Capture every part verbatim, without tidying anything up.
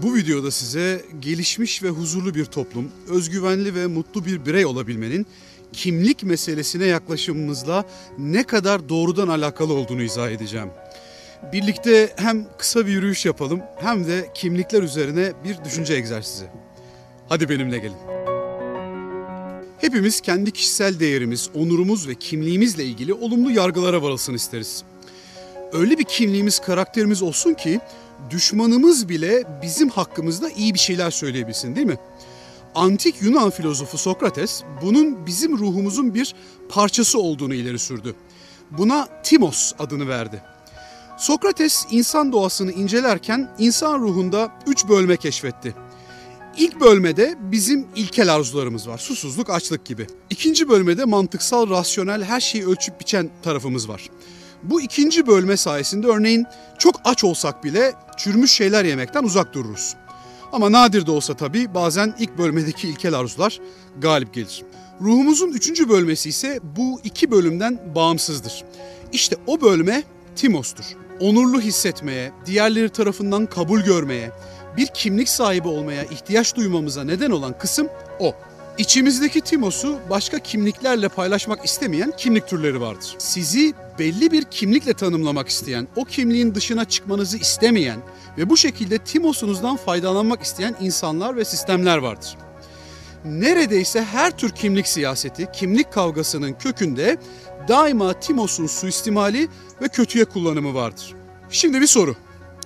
Bu videoda size gelişmiş ve huzurlu bir toplum, özgüvenli ve mutlu bir birey olabilmenin kimlik meselesine yaklaşımımızla ne kadar doğrudan alakalı olduğunu izah edeceğim. Birlikte hem kısa bir yürüyüş yapalım hem de kimlikler üzerine bir düşünce egzersizi. Hadi benimle gelin. Hepimiz kendi kişisel değerimiz, onurumuz ve kimliğimizle ilgili olumlu yargılara varılsın isteriz. Öyle bir kimliğimiz, karakterimiz olsun ki düşmanımız bile bizim hakkımızda iyi bir şeyler söyleyebilsin, değil mi? Antik Yunan filozofu Sokrates bunun bizim ruhumuzun bir parçası olduğunu ileri sürdü. Buna timos adını verdi. Sokrates insan doğasını incelerken insan ruhunda üç bölme keşfetti. İlk bölmede bizim ilkel arzularımız var. Susuzluk, açlık gibi. İkinci bölmede mantıksal, rasyonel, her şeyi ölçüp biçen tarafımız var. Bu ikinci bölme sayesinde örneğin çok aç olsak bile çürümüş şeyler yemekten uzak dururuz. Ama nadir de olsa tabii bazen ilk bölmedeki ilkel arzular galip gelir. Ruhumuzun üçüncü bölmesi ise bu iki bölümden bağımsızdır. İşte o bölme timostur. Onurlu hissetmeye, diğerleri tarafından kabul görmeye, bir kimlik sahibi olmaya ihtiyaç duymamıza neden olan kısım o. İçimizdeki timosu başka kimliklerle paylaşmak istemeyen kimlik türleri vardır. Sizi belli bir kimlikle tanımlamak isteyen, o kimliğin dışına çıkmanızı istemeyen ve bu şekilde timosunuzdan faydalanmak isteyen insanlar ve sistemler vardır. Neredeyse her tür kimlik siyaseti, kimlik kavgasının kökünde daima timosun suistimali ve kötüye kullanımı vardır. Şimdi bir soru.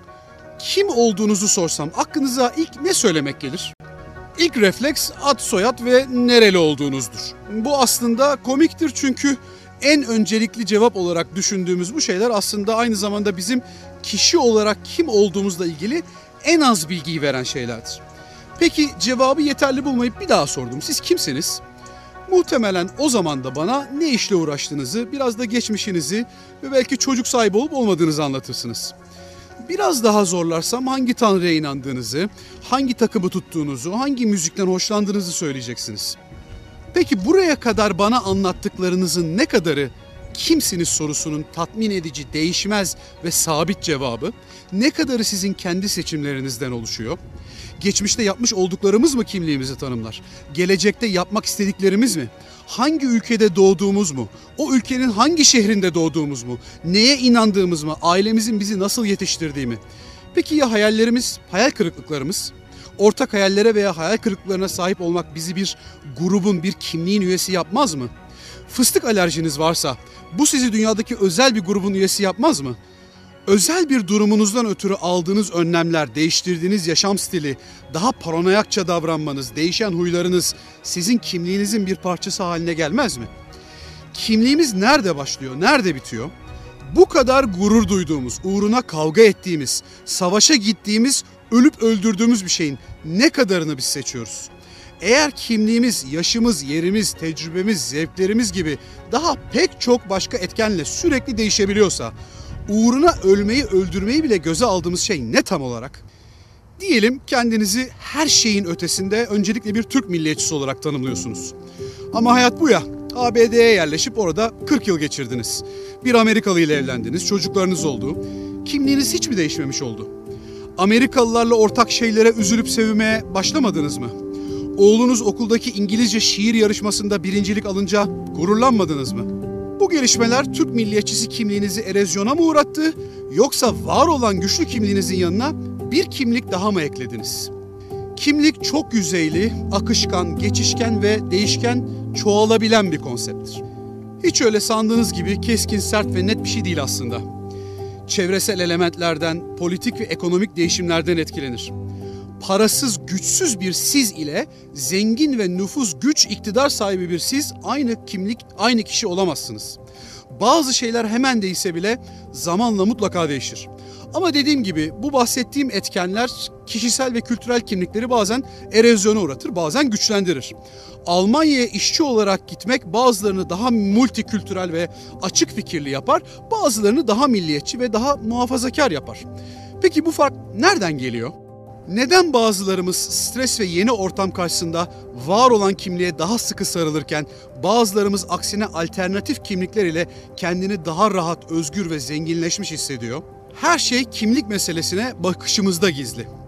Kim olduğunuzu sorsam aklınıza ilk ne söylemek gelir? İlk refleks ad, soyad ve nereli olduğunuzdur. Bu aslında komiktir çünkü en öncelikli cevap olarak düşündüğümüz bu şeyler aslında aynı zamanda bizim kişi olarak kim olduğumuzla ilgili en az bilgiyi veren şeylerdir. Peki cevabı yeterli bulmayıp bir daha sordum. Siz kimsiniz? Muhtemelen o zaman da bana ne işle uğraştığınızı, biraz da geçmişinizi ve belki çocuk sahibi olup olmadığınızı anlatırsınız. Biraz daha zorlarsam hangi tanrıya inandığınızı, hangi takımı tuttuğunuzu, hangi müzikten hoşlandığınızı söyleyeceksiniz. Peki buraya kadar bana anlattıklarınızın ne kadarı kimsiniz sorusunun tatmin edici, değişmez ve sabit cevabı, ne kadarı sizin kendi seçimlerinizden oluşuyor? Geçmişte yapmış olduklarımız mı kimliğimizi tanımlar? Gelecekte yapmak istediklerimiz mi? Hangi ülkede doğduğumuz mu? O ülkenin hangi şehrinde doğduğumuz mu? Neye inandığımız mı? Ailemizin bizi nasıl yetiştirdiği mi? Peki ya hayallerimiz, hayal kırıklıklarımız? Ortak hayallere veya hayal kırıklıklarına sahip olmak bizi bir grubun, bir kimliğin üyesi yapmaz mı? Fıstık alerjiniz varsa bu sizi dünyadaki özel bir grubun üyesi yapmaz mı? Özel bir durumunuzdan ötürü aldığınız önlemler, değiştirdiğiniz yaşam stili, daha paranoyakça davranmanız, değişen huylarınız sizin kimliğinizin bir parçası haline gelmez mi? Kimliğimiz nerede başlıyor, nerede bitiyor? Bu kadar gurur duyduğumuz, uğruna kavga ettiğimiz, savaşa gittiğimiz, ölüp öldürdüğümüz bir şeyin ne kadarını biz seçiyoruz? Eğer kimliğimiz, yaşımız, yerimiz, tecrübemiz, zevklerimiz gibi daha pek çok başka etkenle sürekli değişebiliyorsa, uğruna ölmeyi, öldürmeyi bile göze aldığımız şey ne tam olarak? Diyelim kendinizi her şeyin ötesinde öncelikle bir Türk milliyetçisi olarak tanımlıyorsunuz. Ama hayat bu ya, A B D'ye yerleşip orada kırk yıl geçirdiniz. Bir Amerikalı ile evlendiniz, çocuklarınız oldu. Kimliğiniz hiç mi değişmemiş oldu? Amerikalılarla ortak şeylere üzülüp sevinmeye başlamadınız mı? Oğlunuz okuldaki İngilizce şiir yarışmasında birincilik alınca gururlanmadınız mı? Bu gelişmeler Türk milliyetçisi kimliğinizi erozyona mı uğrattı, yoksa var olan güçlü kimliğinizin yanına bir kimlik daha mı eklediniz? Kimlik çok yüzeyli, akışkan, geçişken ve değişken, çoğalabilen bir konsepttir. Hiç öyle sandığınız gibi keskin, sert ve net bir şey değil aslında. Çevresel elementlerden, politik ve ekonomik değişimlerden etkilenir. Parasız, güçsüz bir siz ile zengin ve nüfuz, güç, iktidar sahibi bir siz aynı kimlik, aynı kişi olamazsınız. Bazı şeyler hemen değişse bile zamanla mutlaka değişir. Ama dediğim gibi bu bahsettiğim etkenler kişisel ve kültürel kimlikleri bazen erozyona uğratır, bazen güçlendirir. Almanya'ya işçi olarak gitmek bazılarını daha multikültürel ve açık fikirli yapar, bazılarını daha milliyetçi ve daha muhafazakar yapar. Peki bu fark nereden geliyor? Neden bazılarımız stres ve yeni ortam karşısında var olan kimliğe daha sıkı sarılırken bazılarımız aksine alternatif kimlikler ile kendini daha rahat, özgür ve zenginleşmiş hissediyor? Her şey kimlik meselesine bakışımızda gizli.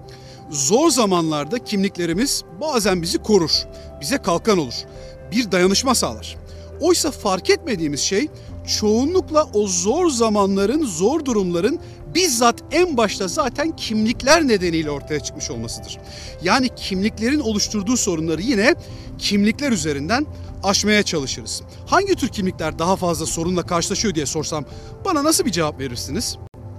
Zor zamanlarda kimliklerimiz bazen bizi korur, bize kalkan olur, bir dayanışma sağlar. Oysa fark etmediğimiz şey çoğunlukla o zor zamanların, zor durumların bizzat en başta zaten kimlikler nedeniyle ortaya çıkmış olmasıdır. Yani kimliklerin oluşturduğu sorunları yine kimlikler üzerinden aşmaya çalışırız. Hangi tür kimlikler daha fazla sorunla karşılaşıyor diye sorsam bana nasıl bir cevap verirsiniz?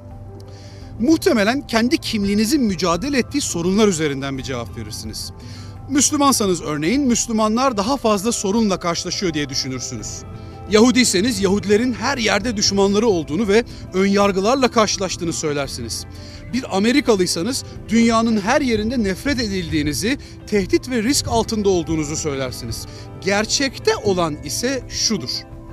Muhtemelen kendi kimliğinizin mücadele ettiği sorunlar üzerinden bir cevap verirsiniz. Müslümansanız örneğin Müslümanlar daha fazla sorunla karşılaşıyor diye düşünürsünüz. Yahudiyseniz Yahudilerin her yerde düşmanları olduğunu ve önyargılarla karşılaştığını söylersiniz. Bir Amerikalıysanız dünyanın her yerinde nefret edildiğinizi, tehdit ve risk altında olduğunuzu söylersiniz. Gerçekte olan ise şudur: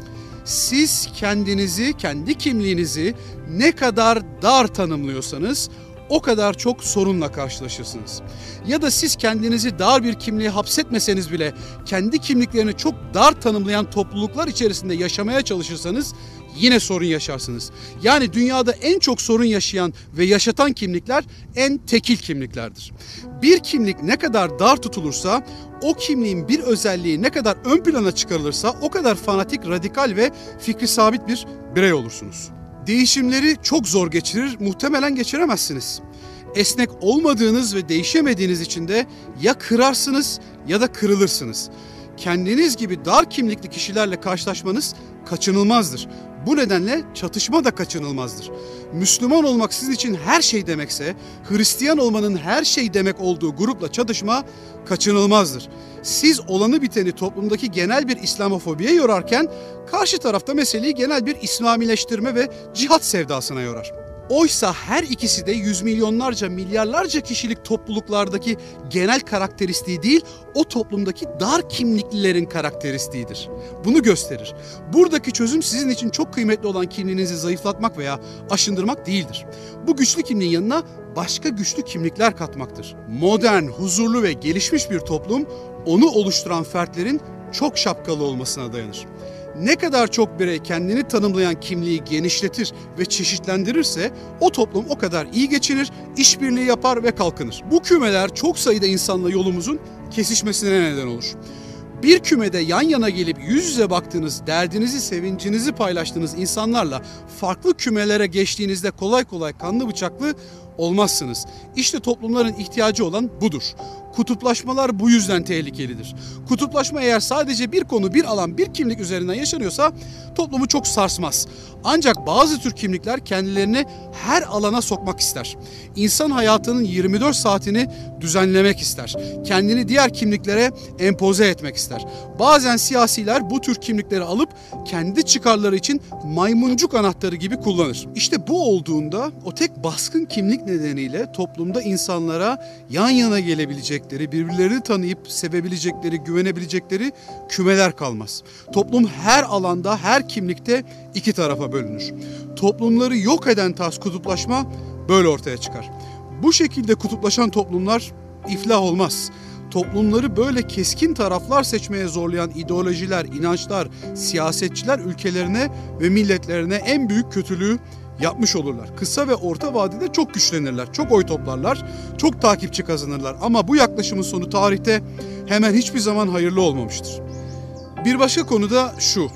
siz kendinizi, kendi kimliğinizi ne kadar dar tanımlıyorsanız o kadar çok sorunla karşılaşırsınız. Ya da siz kendinizi dar bir kimliğe hapsetmeseniz bile kendi kimliklerini çok dar tanımlayan topluluklar içerisinde yaşamaya çalışırsanız yine sorun yaşarsınız. Yani dünyada en çok sorun yaşayan ve yaşatan kimlikler en tekil kimliklerdir. Bir kimlik ne kadar dar tutulursa, o kimliğin bir özelliği ne kadar ön plana çıkarılırsa o kadar fanatik, radikal ve fikri sabit bir birey olursunuz. Değişimleri çok zor geçirir, muhtemelen geçiremezsiniz. Esnek olmadığınız ve değişemediğiniz için de ya kırarsınız ya da kırılırsınız. Kendiniz gibi dar kimlikli kişilerle karşılaşmanız kaçınılmazdır. Bu nedenle çatışma da kaçınılmazdır. Müslüman olmak sizin için her şey demekse, Hristiyan olmanın her şey demek olduğu grupla çatışma kaçınılmazdır. Siz olanı biteni toplumdaki genel bir İslamofobiye yorarken, karşı tarafta meseleyi genel bir İslamileştirme ve cihat sevdasına yorar. Oysa her ikisi de yüz milyonlarca, milyarlarca kişilik topluluklardaki genel karakteristiği değil, o toplumdaki dar kimliklilerin karakteristiğidir. Bunu gösterir. Buradaki çözüm sizin için çok kıymetli olan kimliğinizi zayıflatmak veya aşındırmak değildir. Bu güçlü kimliğin yanına başka güçlü kimlikler katmaktır. Modern, huzurlu ve gelişmiş bir toplum, onu oluşturan fertlerin çok şapkalı olmasına dayanır. Ne kadar çok birey kendini tanımlayan kimliği genişletir ve çeşitlendirirse o toplum o kadar iyi geçinir, işbirliği yapar ve kalkınır. Bu kümeler çok sayıda insanla yolumuzun kesişmesine neden olur. Bir kümede yan yana gelip yüz yüze baktığınız, derdinizi, sevincinizi paylaştığınız insanlarla farklı kümelere geçtiğinizde kolay kolay kanlı bıçaklı olmazsınız. İşte toplumların ihtiyacı olan budur. Kutuplaşmalar bu yüzden tehlikelidir. Kutuplaşma eğer sadece bir konu, bir alan, bir kimlik üzerinden yaşanıyorsa toplumu çok sarsmaz. Ancak bazı tür kimlikler kendilerini her alana sokmak ister. İnsan hayatının yirmi dört saatini düzenlemek ister. Kendini diğer kimliklere empoze etmek ister. Bazen siyasiler bu tür kimlikleri alıp kendi çıkarları için maymuncuk anahtarı gibi kullanır. İşte bu olduğunda o tek baskın kimlik nedeniyle toplumda insanlara yan yana gelebilecekleri, birbirlerini tanıyıp sevebilecekleri, güvenebilecekleri kümeler kalmaz. Toplum her alanda, her kimlikte iki tarafa bölünür. Toplumları yok eden tarz kutuplaşma böyle ortaya çıkar. Bu şekilde kutuplaşan toplumlar iflah olmaz. Toplumları böyle keskin taraflar seçmeye zorlayan ideolojiler, inançlar, siyasetçiler ülkelerine ve milletlerine en büyük kötülüğü yapmış olurlar. Kısa ve orta vadede çok güçlenirler, çok oy toplarlar, çok takipçi kazanırlar. Ama bu yaklaşımın sonu tarihte hemen hiçbir zaman hayırlı olmamıştır. Bir başka konu da şu: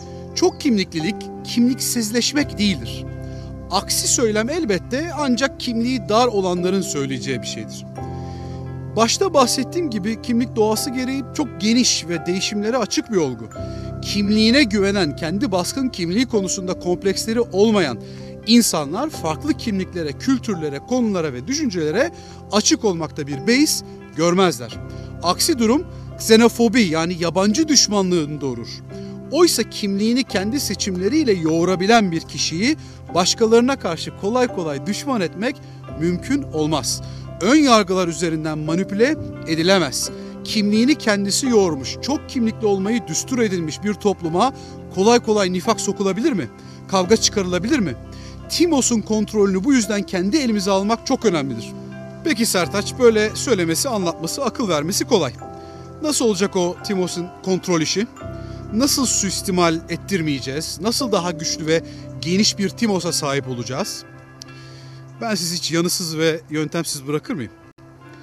çok kimliklilik kimliksizleşmek değildir. Aksi söylem elbette ancak kimliği dar olanların söyleyeceği bir şeydir. Başta bahsettiğim gibi kimlik doğası gereği çok geniş ve değişimlere açık bir olgu. Kimliğine güvenen, kendi baskın kimliği konusunda kompleksleri olmayan insanlar farklı kimliklere, kültürlere, konulara ve düşüncelere açık olmakta bir beis görmezler. Aksi durum ksenofobi yani yabancı düşmanlığını doğurur. Oysa kimliğini kendi seçimleriyle yoğurabilen bir kişiyi başkalarına karşı kolay kolay düşman etmek mümkün olmaz. Ön yargılar üzerinden manipüle edilemez. Kimliğini kendisi yoğurmuş, çok kimlikli olmayı düstur edilmiş bir topluma kolay kolay nifak sokulabilir mi? Kavga çıkarılabilir mi? Timos'un kontrolünü bu yüzden kendi elimize almak çok önemlidir. Peki Sertaç, böyle söylemesi, anlatması, akıl vermesi kolay. Nasıl olacak o Timos'un kontrol işi? Nasıl suistimal ettirmeyeceğiz? Nasıl daha güçlü ve geniş bir Timos'a sahip olacağız? Ben sizi hiç yanısız ve yöntemsiz bırakır mıyım?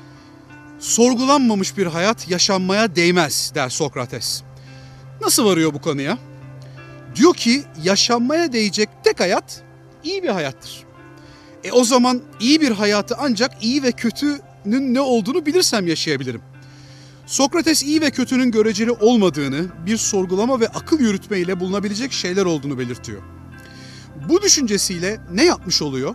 Sorgulanmamış bir hayat yaşanmaya değmez der Sokrates. Nasıl varıyor bu konuya? Diyor ki yaşanmaya değecek tek hayat iyi bir hayattır. E o zaman iyi bir hayatı ancak iyi ve kötünün ne olduğunu bilirsem yaşayabilirim. Sokrates iyi ve kötünün göreceli olmadığını, bir sorgulama ve akıl yürütmeyle bulunabilecek şeyler olduğunu belirtiyor. Bu düşüncesiyle ne yapmış oluyor?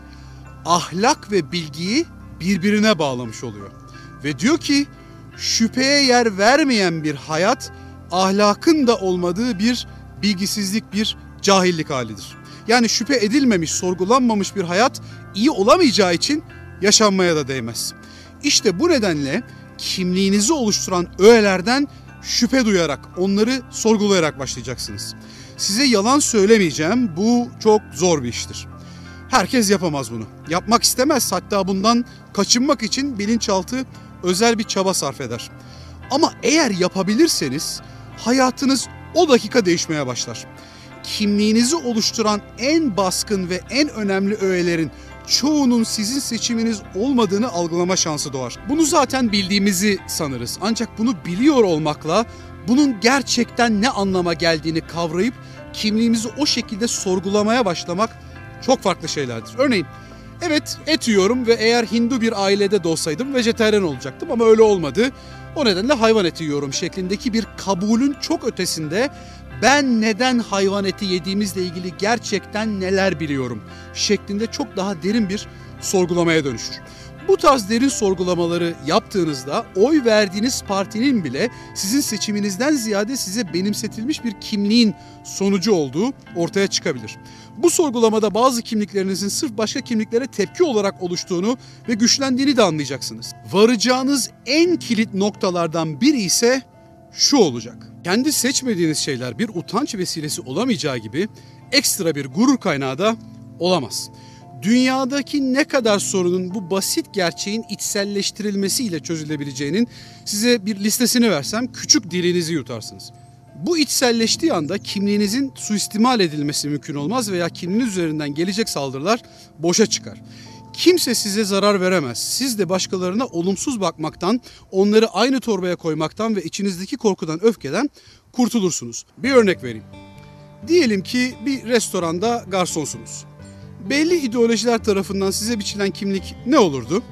Ahlak ve bilgiyi birbirine bağlamış oluyor. Ve diyor ki şüpheye yer vermeyen bir hayat ahlakın da olmadığı bir bilgisizlik, bir cahillik halidir. Yani şüphe edilmemiş, sorgulanmamış bir hayat iyi olamayacağı için yaşanmaya da değmez. İşte bu nedenle kimliğinizi oluşturan öğelerden şüphe duyarak, onları sorgulayarak başlayacaksınız. Size yalan söylemeyeceğim, bu çok zor bir iştir. Herkes yapamaz bunu. Yapmak istemez, hatta bundan kaçınmak için bilinçaltı özel bir çaba sarf eder. Ama eğer yapabilirseniz hayatınız o dakika değişmeye başlar. Kimliğinizi oluşturan en baskın ve en önemli öğelerin çoğunun sizin seçiminiz olmadığını algılama şansı doğar. Bunu zaten bildiğimizi sanırız. Ancak bunu biliyor olmakla bunun gerçekten ne anlama geldiğini kavrayıp kimliğimizi o şekilde sorgulamaya başlamak çok farklı şeylerdir. Örneğin evet et yiyorum ve eğer Hindu bir ailede doğsaydım vejetaryen olacaktım ama öyle olmadı. O nedenle hayvan eti yiyorum şeklindeki bir kabulün çok ötesinde ben neden hayvan eti yediğimizle ilgili gerçekten neler biliyorum şeklinde çok daha derin bir sorgulamaya dönüşür. Bu tarz derin sorgulamaları yaptığınızda oy verdiğiniz partinin bile sizin seçiminizden ziyade size benimsetilmiş bir kimliğin sonucu olduğu ortaya çıkabilir. Bu sorgulamada bazı kimliklerinizin sırf başka kimliklere tepki olarak oluştuğunu ve güçlendiğini de anlayacaksınız. Varacağınız en kilit noktalardan biri ise şu olacak. Kendi seçmediğiniz şeyler bir utanç vesilesi olamayacağı gibi ekstra bir gurur kaynağı da olamaz. Dünyadaki ne kadar sorunun bu basit gerçeğin içselleştirilmesiyle çözülebileceğinin size bir listesini versem küçük dilinizi yutarsınız. Bu içselleştiği anda kimliğinizin suistimal edilmesi mümkün olmaz veya kimliğiniz üzerinden gelecek saldırılar boşa çıkar. Kimse size zarar veremez. Siz de başkalarına olumsuz bakmaktan, onları aynı torbaya koymaktan ve içinizdeki korkudan, öfkeden kurtulursunuz. Bir örnek vereyim. Diyelim ki bir restoranda garsonsunuz. Belli ideolojiler tarafından size biçilen kimlik ne olurdu?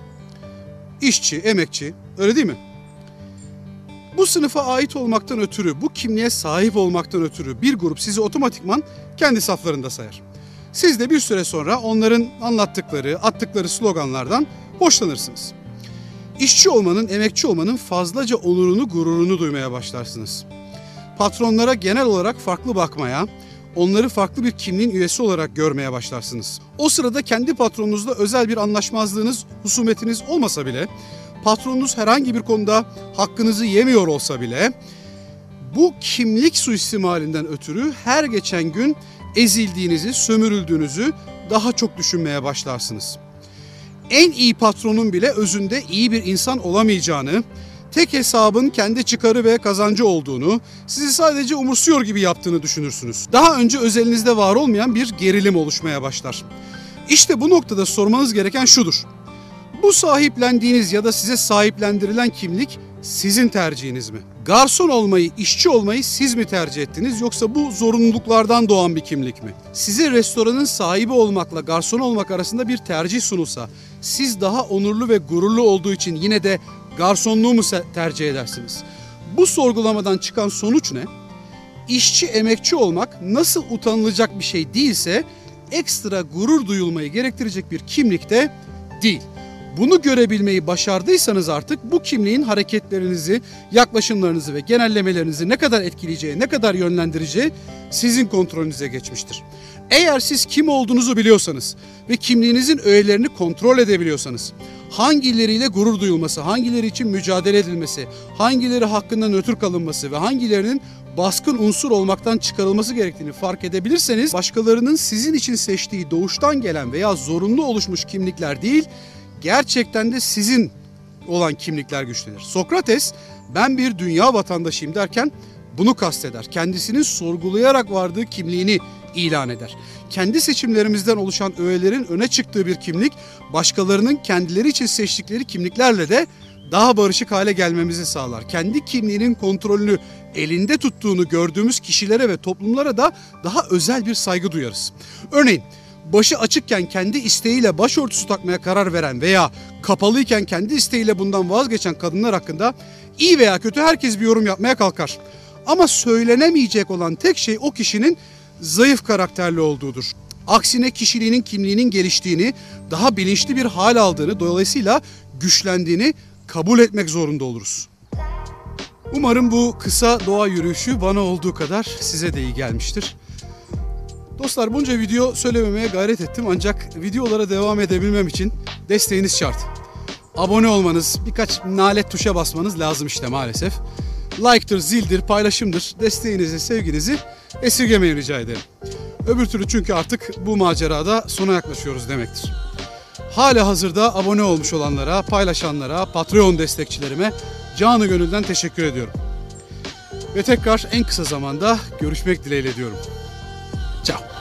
İşçi, emekçi, öyle değil mi? Bu sınıfa ait olmaktan ötürü, bu kimliğe sahip olmaktan ötürü bir grup sizi otomatikman kendi saflarında sayar. Siz de bir süre sonra onların anlattıkları, attıkları sloganlardan hoşlanırsınız. İşçi olmanın, emekçi olmanın fazlaca onurunu, gururunu duymaya başlarsınız. Patronlara genel olarak farklı bakmaya, onları farklı bir kimliğin üyesi olarak görmeye başlarsınız. O sırada kendi patronunuzla özel bir anlaşmazlığınız, husumetiniz olmasa bile, patronunuz herhangi bir konuda hakkınızı yemiyor olsa bile, bu kimlik suistimalinden ötürü her geçen gün ezildiğinizi, sömürüldüğünüzü daha çok düşünmeye başlarsınız. En iyi patronun bile özünde iyi bir insan olamayacağını, tek hesabın kendi çıkarı ve kazancı olduğunu, sizi sadece umursuyor gibi yaptığını düşünürsünüz. Daha önce özelinizde var olmayan bir gerilim oluşmaya başlar. İşte bu noktada sormanız gereken şudur. Bu sahiplendiğiniz ya da size sahiplendirilen kimlik sizin tercihiniz mi? Garson olmayı, işçi olmayı siz mi tercih ettiniz yoksa bu zorunluluklardan doğan bir kimlik mi? Size restoranın sahibi olmakla garson olmak arasında bir tercih sunulsa, siz daha onurlu ve gururlu olduğu için yine de garsonluğu mu tercih edersiniz? Bu sorgulamadan çıkan sonuç ne? İşçi, emekçi olmak nasıl utanılacak bir şey değilse, ekstra gurur duyulmayı gerektirecek bir kimlik de değil. Bunu görebilmeyi başardıysanız artık bu kimliğin hareketlerinizi, yaklaşımlarınızı ve genellemelerinizi ne kadar etkileyeceği, ne kadar yönlendireceği sizin kontrolünüze geçmiştir. Eğer siz kim olduğunuzu biliyorsanız ve kimliğinizin öğelerini kontrol edebiliyorsanız, hangileriyle gurur duyulması, hangileri için mücadele edilmesi, hangileri hakkında nötr kalınması ve hangilerinin baskın unsur olmaktan çıkarılması gerektiğini fark edebilirseniz, başkalarının sizin için seçtiği doğuştan gelen veya zorunlu oluşmuş kimlikler değil, gerçekten de sizin olan kimlikler güçlenir. Sokrates, ben bir dünya vatandaşıyım derken bunu kasteder. Kendisinin sorgulayarak vardığı kimliğini ilan eder. Kendi seçimlerimizden oluşan öğelerin öne çıktığı bir kimlik, başkalarının kendileri için seçtikleri kimliklerle de daha barışık hale gelmemizi sağlar. Kendi kimliğinin kontrolünü elinde tuttuğunu gördüğümüz kişilere ve toplumlara da daha özel bir saygı duyarız. Örneğin başı açıkken kendi isteğiyle başörtüsü takmaya karar veren veya kapalıyken kendi isteğiyle bundan vazgeçen kadınlar hakkında iyi veya kötü herkes bir yorum yapmaya kalkar. Ama söylenemeyecek olan tek şey o kişinin zayıf karakterli olduğudur. Aksine kişiliğinin, kimliğinin geliştiğini, daha bilinçli bir hal aldığını, dolayısıyla güçlendiğini kabul etmek zorunda oluruz. Umarım bu kısa doğa yürüyüşü bana olduğu kadar size de iyi gelmiştir. Dostlar, bunca video söylememeye gayret ettim ancak videolara devam edebilmem için desteğiniz şart. Abone olmanız, birkaç nalet tuşa basmanız lazım işte maalesef. Like'tır, zildir, paylaşımdır. Desteğinizi, sevginizi esirgemeyin rica ederim. Öbür türlü çünkü artık bu macerada sona yaklaşıyoruz demektir. Hala hazırda abone olmuş olanlara, paylaşanlara, Patreon destekçilerime canı gönülden teşekkür ediyorum. Ve tekrar en kısa zamanda görüşmek dileğiyle diyorum. Ciao.